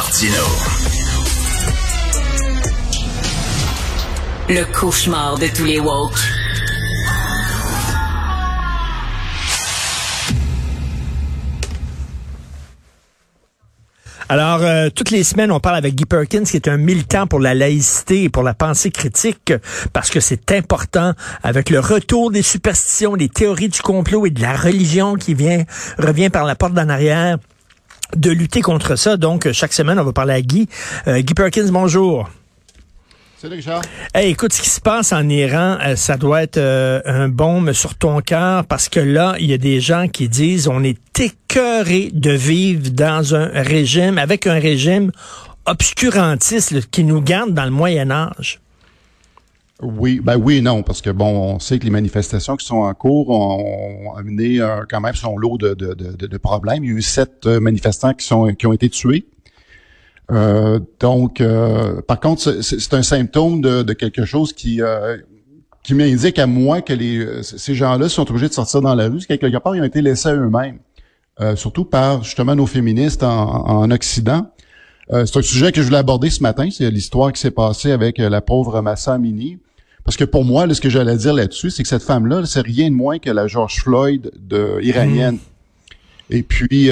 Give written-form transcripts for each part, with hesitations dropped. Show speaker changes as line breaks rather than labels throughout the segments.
Martino.
Le cauchemar de tous les woke.
Alors, toutes les semaines, on parle avec Guy Perkins, qui est un militant pour la laïcité et pour la pensée critique, parce que c'est important, avec le retour des superstitions, des théories du complot et de la religion qui revient par la porte d'en arrière, de lutter contre ça. Donc, chaque semaine, on va parler à Guy. Guy Perkins, bonjour.
Salut Richard.
Hey, écoute, ce qui se passe en Iran, ça doit être un baume sur ton cœur, parce que là, il y a des gens qui disent on est écœuré de vivre dans un régime, avec un régime obscurantiste là, qui nous garde dans le Moyen Âge.
Oui et non, parce que on sait que les manifestations qui sont en cours ont amené quand même son lot de problèmes. Il y a eu 7 manifestants qui ont été tués. Par contre, c'est un symptôme de quelque chose qui m'indique à moi que ces gens-là sont obligés de sortir dans la rue. Quelque part, ils ont été laissés à eux-mêmes, surtout par justement nos féministes en Occident. C'est un sujet que je voulais aborder ce matin. C'est l'histoire qui s'est passée avec la pauvre Mahsa Amini. Parce que pour moi, là, ce que j'allais dire là-dessus, c'est que cette femme-là, c'est rien de moins que la George Floyd iranienne. Et puis,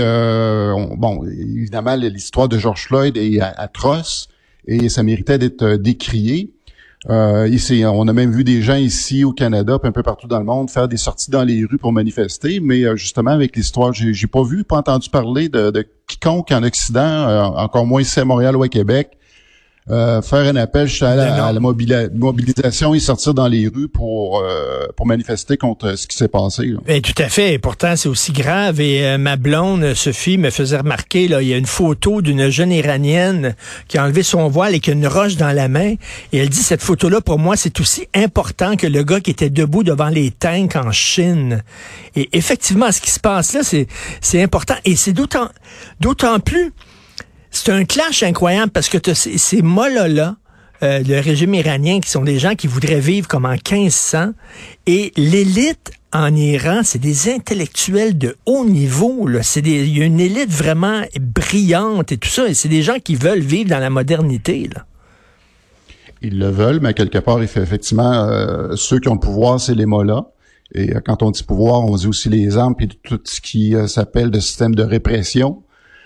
évidemment, l'histoire de George Floyd est atroce et ça méritait d'être décrié. Ici, on a même vu des gens ici au Canada, puis un peu partout dans le monde, faire des sorties dans les rues pour manifester. Mais justement, avec l'histoire, j'ai pas entendu parler de quiconque en Occident, encore moins ici à Montréal ou à Québec, faire un appel à la mobilisation et sortir dans les rues pour manifester contre ce qui s'est passé.
Ben, tout à fait. Et pourtant, c'est aussi grave. Et ma blonde, Sophie, me faisait remarquer, là, il y a une photo d'une jeune Iranienne qui a enlevé son voile et qui a une roche dans la main. Et elle dit, cette photo-là, pour moi, c'est aussi important que le gars qui était debout devant les tanks en Chine. Et effectivement, ce qui se passe là, c'est important. Et c'est d'autant plus... C'est un clash incroyable parce que ces mollahs-là, le régime iranien, qui sont des gens qui voudraient vivre comme en 1500, et l'élite en Iran, c'est des intellectuels de haut niveau. Là. Il y a une élite vraiment brillante et tout ça, et c'est des gens qui veulent vivre dans la modernité. Là.
Ils le veulent, mais quelque part, effectivement, ceux qui ont le pouvoir, c'est les mollahs. Et quand on dit pouvoir, on dit aussi les armes et tout ce qui s'appelle de système de répression.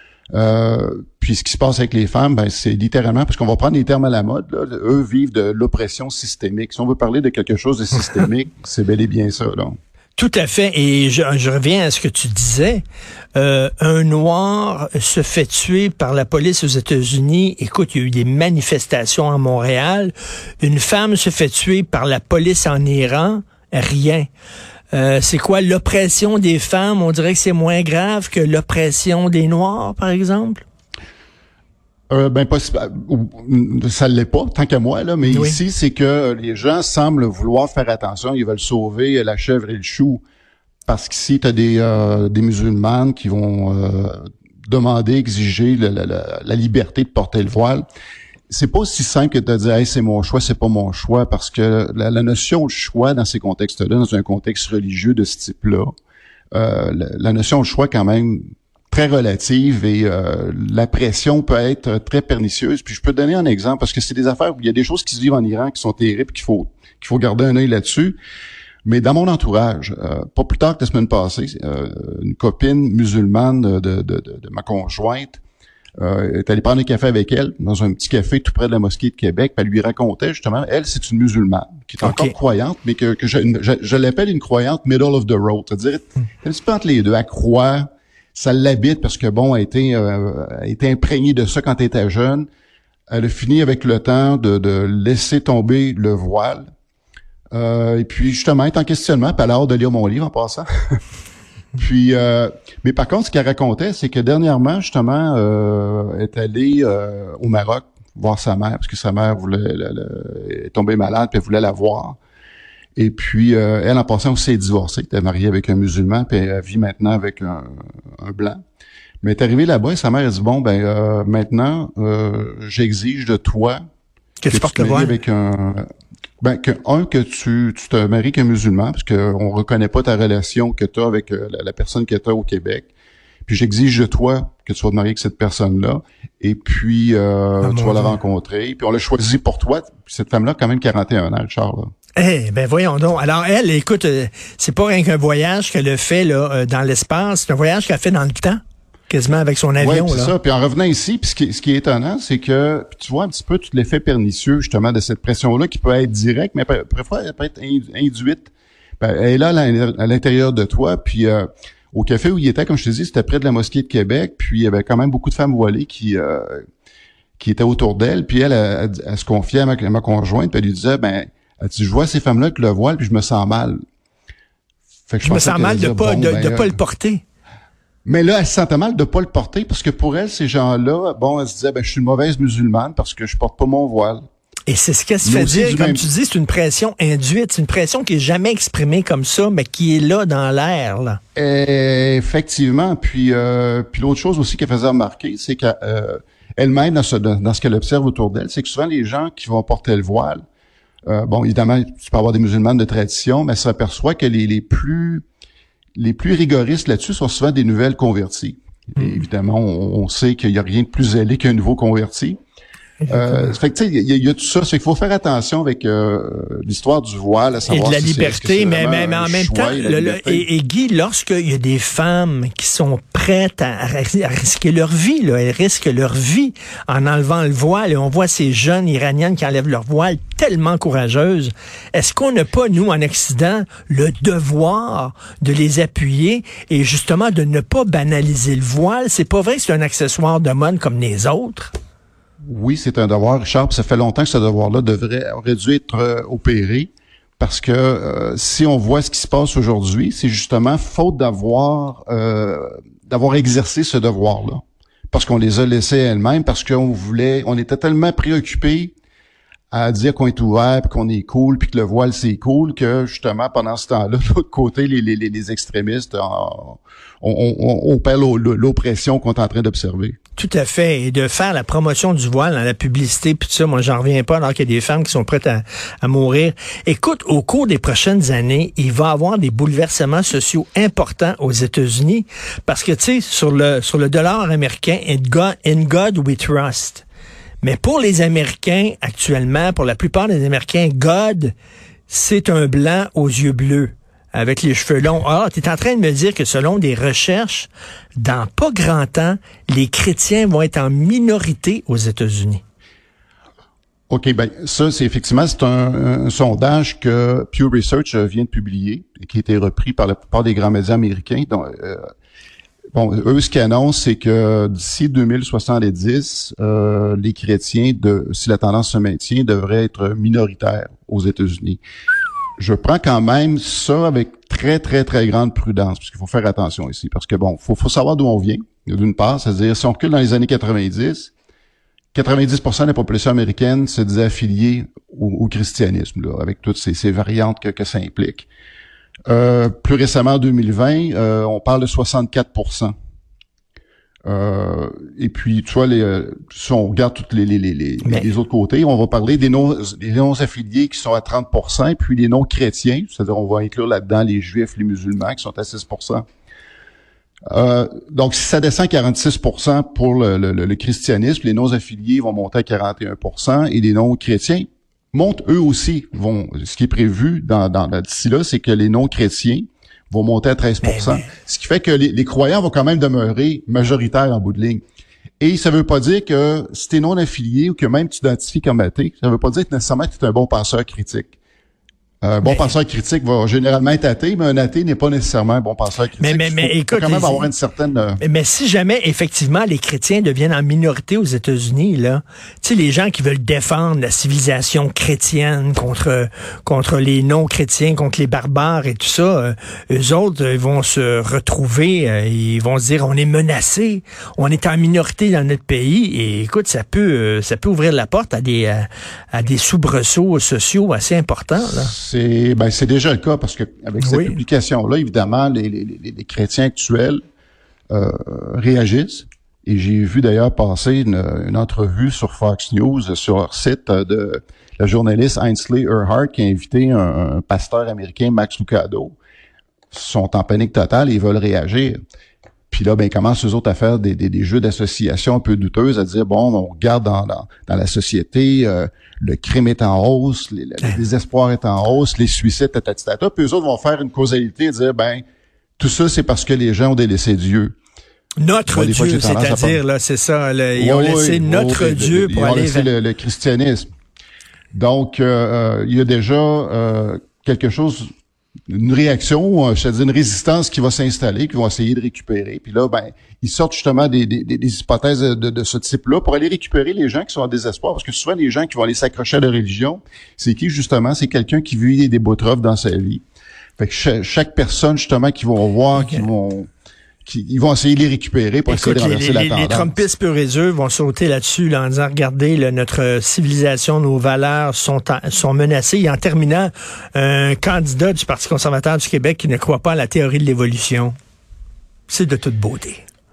Puis ce qui se passe avec les femmes, c'est littéralement, parce qu'on va prendre les termes à la mode, là, eux vivent de l'oppression systémique. Si on veut parler de quelque chose de systémique, c'est bel et bien ça, là.
Tout à fait. Et je reviens à ce que tu disais. Un Noir se fait tuer par la police aux États-Unis. Écoute, il y a eu des manifestations à Montréal. Une femme se fait tuer par la police en Iran. Rien. C'est quoi l'oppression des femmes? On dirait que c'est moins grave que l'oppression des Noirs, par exemple?
Ça l'est pas, tant qu'à moi, là, mais
oui.
Ici, c'est que les gens semblent vouloir faire attention, ils veulent sauver la chèvre et le chou. Parce qu'ici, tu as des musulmanes qui vont exiger la liberté de porter le voile. C'est pas aussi simple que de dire hey, c'est mon choix, c'est pas mon choix, parce que la notion de choix dans ces contextes-là, dans un contexte religieux de ce type-là, la notion de choix quand même très relative et la pression peut être très pernicieuse. Puis je peux te donner un exemple, parce que c'est des affaires où il y a des choses qui se vivent en Iran qui sont terribles, qu'il faut garder un œil là-dessus. Mais dans mon entourage, pas plus tard que la semaine passée, une copine musulmane de ma conjointe est allée prendre un café avec elle dans un petit café tout près de la mosquée de Québec. Puis elle lui racontait justement, elle, c'est une musulmane qui est encore croyante, mais que je l'appelle une croyante middle of the road. C'est-à-dire, un petit peu entre les deux. Elle croit, ça l'habite parce que elle a été imprégnée de ça quand elle était jeune. Elle a fini avec le temps de laisser tomber le voile. Et puis justement, elle est en questionnement, puis elle a hâte de lire mon livre en passant. Puis, mais par contre, ce qu'elle racontait, c'est que dernièrement, justement, elle est allée au Maroc voir sa mère, parce que sa mère est tombée malade, puis elle voulait la voir. Et puis, elle, en passant aussi, est divorcée. Elle était mariée avec un musulman, puis elle vit maintenant avec un blanc. Mais elle est arrivée là-bas, et sa mère a dit, maintenant, j'exige de toi
que tu portes le voile
avec que tu te maries qu'un musulman, parce qu'on reconnaît pas ta relation que tu as avec la personne que tu as au Québec. puis j'exige de toi que tu sois marié avec cette personne-là, et puis tu vas la rencontrer, puis on l'a choisi pour toi. Puis cette femme-là a quand même 41 ans, Charles.
Eh ben voyons donc. Alors elle, écoute, c'est pas rien qu'un voyage qu'elle a fait là dans l'espace, c'est un voyage qu'elle a fait dans le temps, quasiment avec son avion.
Ouais, c'est ça. Puis en revenant ici, puis ce qui est étonnant, c'est que tu vois un petit peu tout l'effet pernicieux justement de cette pression-là qui peut être directe, mais parfois elle peut être induite. Ben, elle est là à l'intérieur de toi, puis au café où il était, comme je te dis, c'était près de la mosquée de Québec, puis il y avait quand même beaucoup de femmes voilées qui étaient autour d'elle, puis elle se confiait à ma conjointe, puis elle lui disait, ben, elle dit, je vois ces femmes-là avec le voile, puis je me sens mal. Fait que
je me sens mal de pas le porter.
Mais là, elle se sentait mal de pas le porter, parce que pour elle, ces gens-là, bon, elle se disait, ben, je suis une mauvaise musulmane parce que je porte pas mon voile. Et
c'est ce qu'elle se fait dire, comme tu dis, c'est une pression induite, c'est une pression qui est jamais exprimée comme ça, mais qui est là dans l'air, là.
Effectivement. Puis l'autre chose aussi qu'elle faisait remarquer, c'est qu'elle-même, dans ce qu'elle observe autour d'elle, c'est que souvent les gens qui vont porter le voile, bon, évidemment, tu peux avoir des musulmanes de tradition, mais elle s'aperçoit que les plus rigoristes là-dessus sont souvent des nouvelles converties. Et évidemment, on sait qu'il y a rien de plus zélé qu'un nouveau converti. Fait que tu sais, il y a tout ça. C'est qu'il faut faire attention avec l'histoire du voile, à savoir
et de la
si
liberté, mais en même temps, et Guy, lorsqu'il y a des femmes qui sont prêtes à risquer leur vie, là, elles risquent leur vie en enlevant le voile, et on voit ces jeunes Iraniennes qui enlèvent leur voile tellement courageuses. Est-ce qu'on n'a pas, nous, en Occident, le devoir de les appuyer et justement de ne pas banaliser le voile? C'est pas vrai que c'est un accessoire de mode comme les autres?
Oui, c'est un devoir, Richard, puis ça fait longtemps que ce devoir-là aurait dû être opéré, parce que si on voit ce qui se passe aujourd'hui, c'est justement faute d'avoir exercé ce devoir-là, parce qu'on les a laissés elles-mêmes, parce on était tellement préoccupés à dire qu'on est ouvert, puis qu'on est cool, puis que le voile c'est cool, que justement pendant ce temps-là, de l'autre côté, les extrémistes opèrent l'oppression qu'on est en train d'observer.
Tout à fait. Et de faire la promotion du voile dans la publicité, puis tout ça, moi, j'en reviens pas, alors qu'il y a des femmes qui sont prêtes à mourir. Écoute, au cours des prochaines années, il va y avoir des bouleversements sociaux importants aux États-Unis, parce que, tu sais, sur le dollar américain, in God we trust. Mais pour les Américains, actuellement, pour la plupart des Américains, God, c'est un blanc aux yeux bleus, avec les cheveux longs. Ah, tu es en train de me dire que selon des recherches, dans pas grand temps, les chrétiens vont être en minorité aux États-Unis.
OK, ben ça, c'est un sondage que Pew Research vient de publier et qui a été repris par la plupart des grands médias américains. Donc, eux, ce qu'ils annoncent, c'est que d'ici 2070, les chrétiens, si la tendance se maintient, devraient être minoritaires aux États-Unis. Je prends quand même ça avec très, très, très grande prudence, parce qu'il faut faire attention ici. Parce que bon, faut savoir d'où on vient, d'une part. C'est-à-dire, si on recule dans les années 90 de la population américaine se disait affiliée au christianisme, là, avec toutes ces variantes que ça implique. Plus récemment, en 2020, on parle de 64%. Et puis, tu vois, si on regarde tous les autres côtés, on va parler des non-affiliés qui sont à 30%, puis les non-chrétiens, c'est-à-dire on va inclure là-dedans les juifs, les musulmans qui sont à 6%. Donc, si ça descend à 46% pour le christianisme, les non-affiliés vont monter à 41%, et les non-chrétiens montent eux aussi. Ce qui est prévu d'ici là, c'est que les non-chrétiens vont monter à 13%. Ce qui fait que les croyants vont quand même demeurer majoritaires en bout de ligne. Et ça veut pas dire que si t'es non affilié ou que même tu t'identifies comme athée, ça veut pas dire que nécessairement que tu es un bon penseur critique. Un bon penseur critique va généralement être athée, mais un athée n'est pas nécessairement un bon penseur critique.
Mais écoute,
quand même avoir une certaine.
Mais si jamais effectivement les chrétiens deviennent en minorité aux États-Unis, là, tu sais, les gens qui veulent défendre la civilisation chrétienne contre les non-chrétiens, contre les barbares et tout ça, eux autres, ils vont se retrouver, ils vont se dire, on est menacés, on est en minorité dans notre pays, et écoute, ça peut ouvrir la porte à des soubresauts sociaux assez importants, là.
C'est déjà le cas, parce que avec cette publication-là, évidemment, les chrétiens actuels réagissent. Et j'ai vu d'ailleurs passer une entrevue sur Fox News, sur leur site, de la journaliste Ainsley Earhart, qui a invité un pasteur américain, Max Lucado. Ils sont en panique totale et ils veulent réagir. Puis là, ben, ils commencent eux autres à faire des jeux d'association un peu douteuses, à dire, bon, on regarde dans la société, le crime est en hausse, le désespoir est en hausse, les suicides, tata. Puis eux autres vont faire une causalité et dire, ben, tout ça, c'est parce que les gens ont délaissé Dieu.
Notre Dieu, c'est-à-dire, là, c'est ça, ils ont laissé notre Dieu pour aller vers...
Ils ont laissé le christianisme. Donc, il y a déjà quelque chose, une réaction, c'est-à-dire une résistance qui va s'installer, qui vont essayer de récupérer. Puis là, ben, ils sortent justement des hypothèses de ce type-là pour aller récupérer les gens qui sont en désespoir. Parce que souvent, les gens qui vont aller s'accrocher à la religion, c'est qui, justement? C'est quelqu'un qui vit des beaux-trouves dans sa vie. Fait que chaque personne, justement, qu'ils vont voir, ils vont essayer de les récupérer pour essayer de renverser la tendance.
Les Trumpistes purs et durs vont sauter là-dessus là, en disant, regardez, là, notre civilisation, nos valeurs sont menacées. Et en terminant, un candidat du Parti conservateur du Québec qui ne croit pas à la théorie de l'évolution, c'est de toute beauté.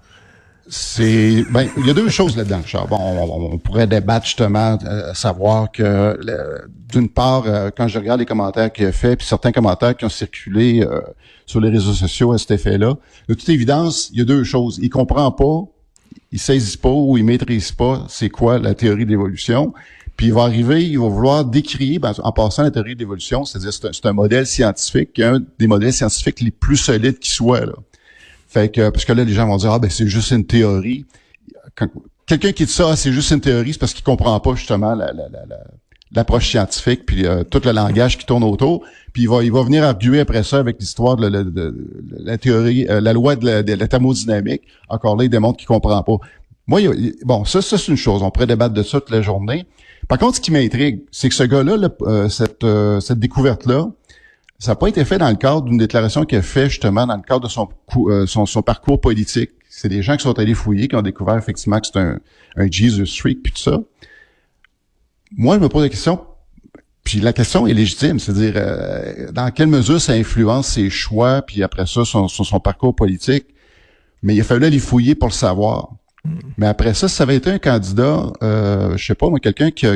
Il y a deux choses là-dedans, Richard. Bon, on pourrait débattre justement, savoir que, d'une part, quand je regarde les commentaires qu'il a fait, puis certains commentaires qui ont circulé sur les réseaux sociaux à cet effet-là, de toute évidence, il y a deux choses. Il comprend pas, il saisit pas ou il maîtrise pas c'est quoi la théorie de l'évolution. Puis il va vouloir décrier, en passant la théorie de l'évolution, c'est-à-dire c'est un modèle scientifique, qui est un des modèles scientifiques les plus solides qui soit, là. Fait que, parce que là, les gens vont dire, c'est juste une théorie. Quand quelqu'un qui dit ça, c'est juste une théorie, c'est parce qu'il comprend pas, justement, l'approche scientifique, puis tout le langage qui tourne autour. Puis il va venir arguer après ça avec l'histoire de la théorie, la loi de la thermodynamique. Encore là, il démontre qu'il comprend pas. Moi, ça c'est une chose. On pourrait débattre de ça toute la journée. Par contre, ce qui m'intrigue, c'est que ce gars-là, cette découverte-là, ça n'a pas été fait dans le cadre d'une déclaration qu'il a fait justement dans le cadre de son parcours politique. C'est des gens qui sont allés fouiller, qui ont découvert effectivement que c'est un Jesus freak puis tout ça. Moi, je me pose la question, puis la question est légitime, c'est-à-dire dans quelle mesure ça influence ses choix, puis après ça, son parcours politique. Mais il a fallu aller fouiller pour le savoir. Mais après ça, si ça avait été un candidat, je sais pas, moi, quelqu'un qui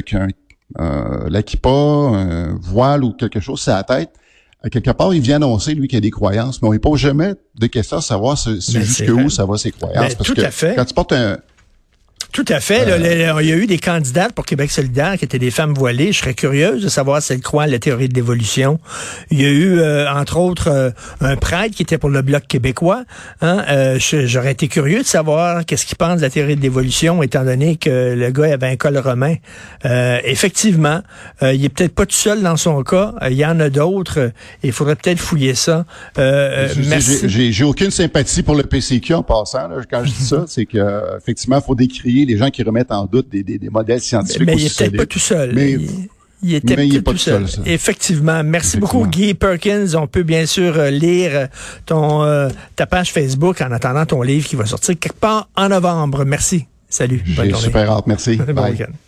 a la kippa, un voile ou quelque chose sur la tête, à quelque part, il vient annoncer, lui, qu'il a des croyances, mais on ne pose jamais de questions à savoir jusqu'où ça va, ses croyances. Parce que
à fait.
Quand tu portes
Tout à fait. Là, il y a eu des candidates pour Québec solidaire qui étaient des femmes voilées. Je serais curieuse de savoir si elles croient à la théorie de l'évolution. Il y a eu, entre autres, un prêtre qui était pour le Bloc québécois. J'aurais été curieux de savoir qu'est-ce qu'il pense de la théorie de l'évolution, étant donné que le gars avait un col romain. Effectivement, il est peut-être pas tout seul dans son cas. Il y en a d'autres. Il faudrait peut-être fouiller ça. Merci.
J'ai aucune sympathie pour le PCQ en passant. Là, quand je dis ça, c'est que effectivement, il faut décrier les gens qui remettent en doute des modèles scientifiques.
Mais il est peut-être pas tout seul. Il était peut-être tout seul. Effectivement. Merci beaucoup, Guy Perkins. On peut bien sûr lire ta page Facebook en attendant ton livre qui va sortir quelque part en novembre. Merci. Salut.
J'ai super hâte. Merci.
Bon week-end.